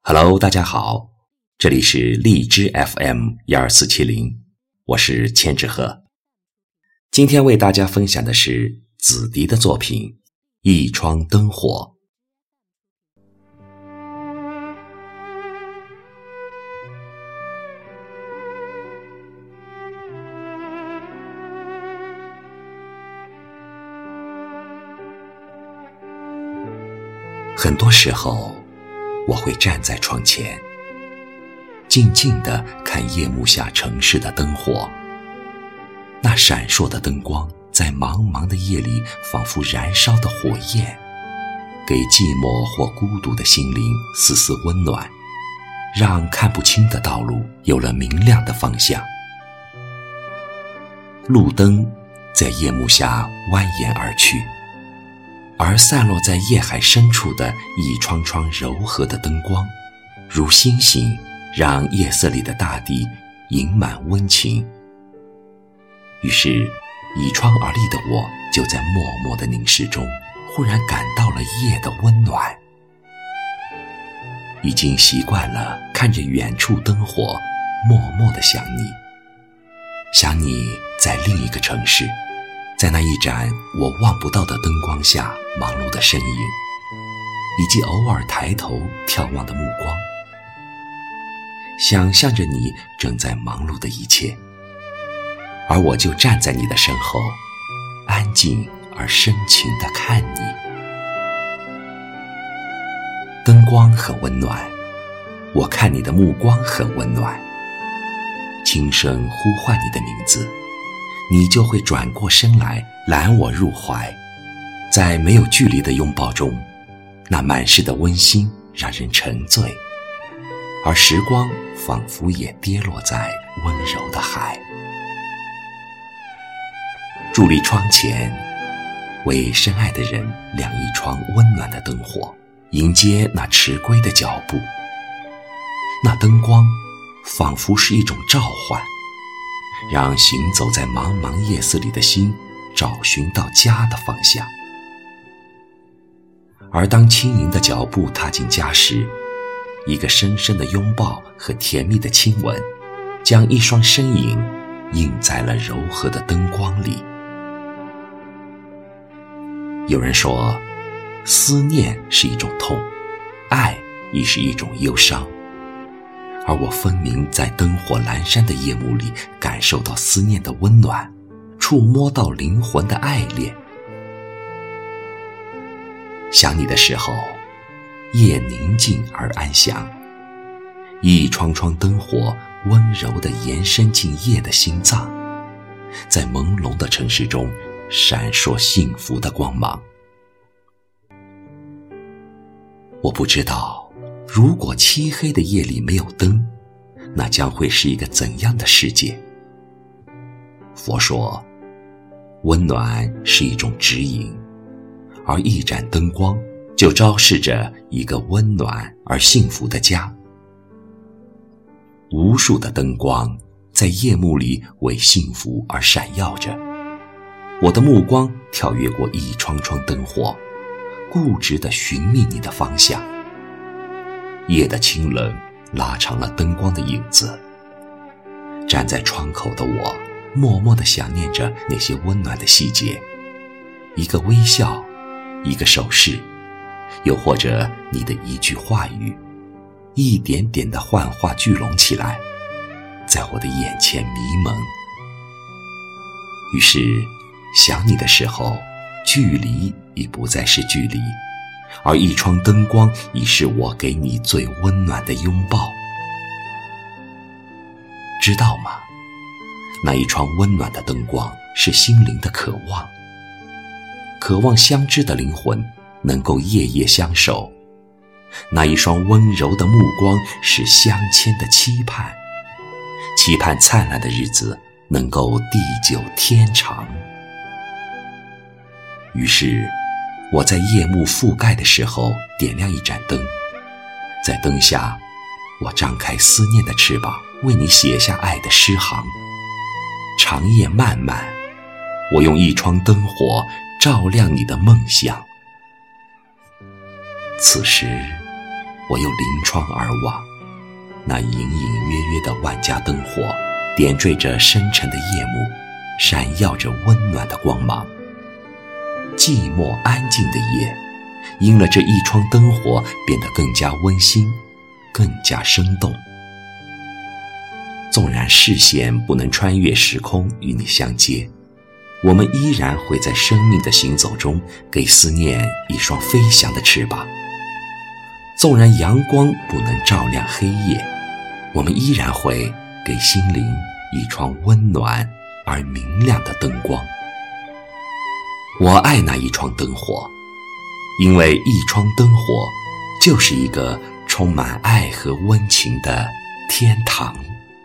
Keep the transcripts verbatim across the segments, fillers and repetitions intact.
Hello， 大家好，这里是荔枝 F M 一二四七零，我是千纸鹤。今天为大家分享的是子迪的作品《一窗灯火》。很多时候我会站在窗前，静静地看夜幕下城市的灯火。那闪烁的灯光在茫茫的夜里仿佛燃烧的火焰，给寂寞或孤独的心灵丝丝温暖，让看不清的道路有了明亮的方向。路灯在夜幕下蜿蜒而去，而散落在夜海深处的一窗窗柔和的灯光，如星星，让夜色里的大地盈满温情。于是倚窗而立的我就在默默的凝视中，忽然感到了夜的温暖。已经习惯了看着远处灯火，默默的想你，想你在另一个城市，在那一盏我望不到的灯光下忙碌的身影，以及偶尔抬头眺望的目光，想象着你正在忙碌的一切，而我就站在你的身后，安静而深情地看你。灯光很温暖，我看你的目光很温暖，轻声呼唤你的名字，你就会转过身来揽我入怀。在没有距离的拥抱中，那满是的温馨让人沉醉，而时光仿佛也跌落在温柔的海。伫立窗前，为深爱的人亮一窗温暖的灯火，迎接那迟归的脚步。那灯光仿佛是一种召唤，让行走在茫茫夜色里的心找寻到家的方向。而当轻盈的脚步踏进家时，一个深深的拥抱和甜蜜的亲吻，将一双身影映在了柔和的灯光里。有人说，思念是一种痛，爱亦是一种忧伤，而我分明在灯火阑珊的夜幕里感受到思念的温暖，触摸到灵魂的爱恋。想你的时候，夜宁静而安详，一窗窗灯火温柔地延伸进夜的心脏，在朦胧的城市中闪烁幸福的光芒。我不知道，如果漆黑的夜里没有灯，那将会是一个怎样的世界？佛说，温暖是一种指引，而一盏灯光就昭示着一个温暖而幸福的家。无数的灯光在夜幕里为幸福而闪耀着，我的目光跳跃过一窗窗灯火，固执地寻觅你的方向。夜的清冷拉长了灯光的影子，站在窗口的我默默地想念着那些温暖的细节，一个微笑，一个手势，又或者你的一句话语，一点点地幻化聚拢起来，在我的眼前迷蒙。于是想你的时候，距离已不再是距离，而一窗灯光已是我给你最温暖的拥抱。知道吗？那一窗温暖的灯光是心灵的渴望，渴望相知的灵魂能够夜夜相守。那一双温柔的目光是相牵的期盼，期盼灿烂的日子能够地久天长。于是我在夜幕覆盖的时候点亮一盏灯，在灯下我张开思念的翅膀，为你写下爱的诗行。长夜漫漫，我用一窗灯火照亮你的梦想。此时我又临窗而望，那隐隐约约的万家灯火点缀着深沉的夜幕，闪耀着温暖的光芒。寂寞安静的夜，因了这一窗灯火变得更加温馨，更加生动。纵然视线不能穿越时空与你相接，我们依然会在生命的行走中给思念一双飞翔的翅膀。纵然阳光不能照亮黑夜，我们依然会给心灵一窗温暖而明亮的灯光。我爱那一窗灯火，因为一窗灯火就是一个充满爱和温情的天堂。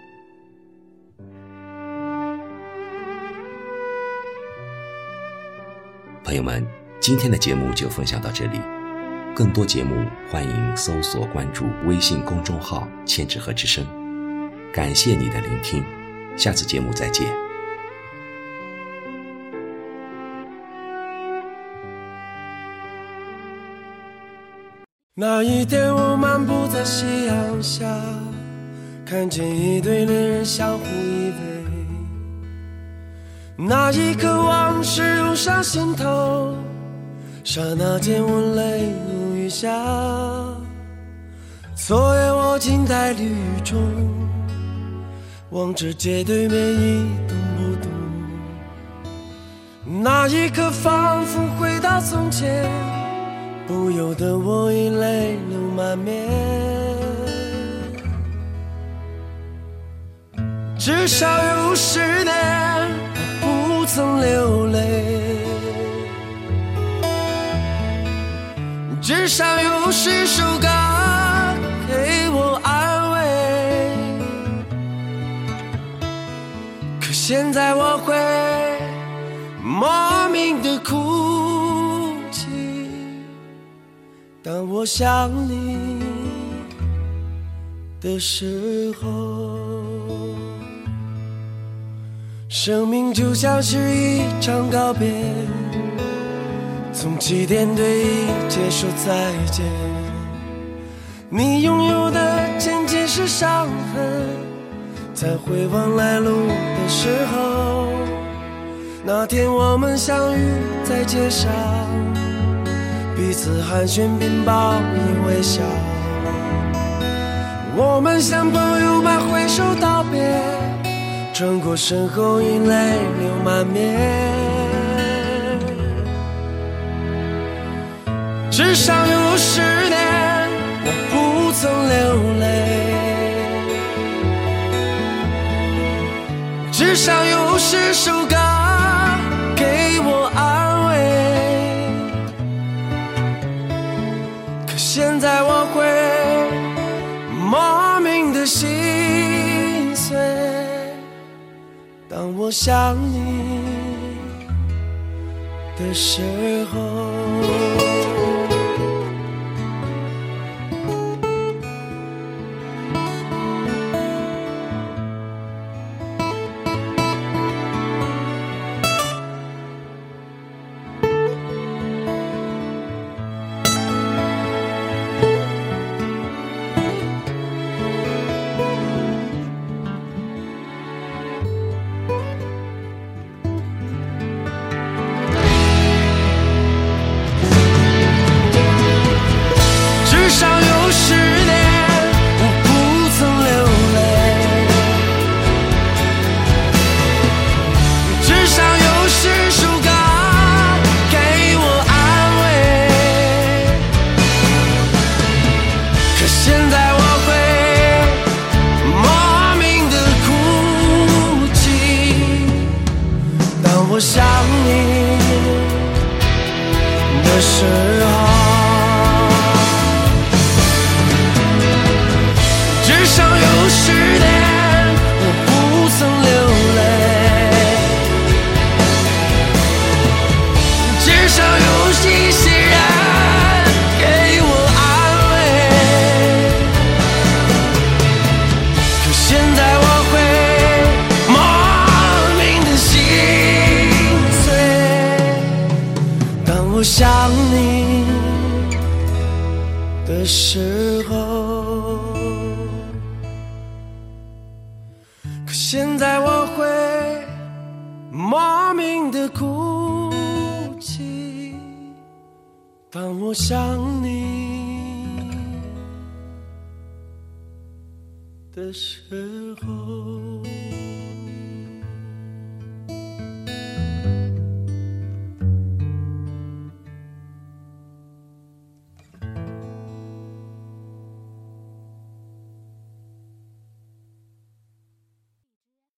朋友们，今天的节目就分享到这里，更多节目欢迎搜索关注微信公众号千纸鹤之声。感谢你的聆听，下次节目再见。 那一天我漫步在夕阳下，看见一对恋人相互依偎，那一刻往事涌上心头，刹那间我泪如雨下。昨夜我静在绿雨中，望着街对面一动不动，那一刻仿佛回到从前，不由得我已泪流满面。至少有十年我不曾流泪，至少有十首歌给我安慰，可现在我会莫名的哭泣，当我想你的时候。生命就像是一场告别，从起点对一切说再见。你拥有的仅仅是伤痕，在回望来路的时候，那天我们相遇在街上，彼此寒暄并报以微笑，我们像朋友般挥手道别，转过身后已泪流满面。至少有十年我不曾流泪，至少有十首歌给我安慰，可现在我会莫名的心碎，当我想你的时候。我想你的时候，至少有十年我不曾流泪，至少有一些人给我安慰，可现在我会莫名的心碎，当我想你的时候。 现在我会莫名的哭泣，当我想你的时候。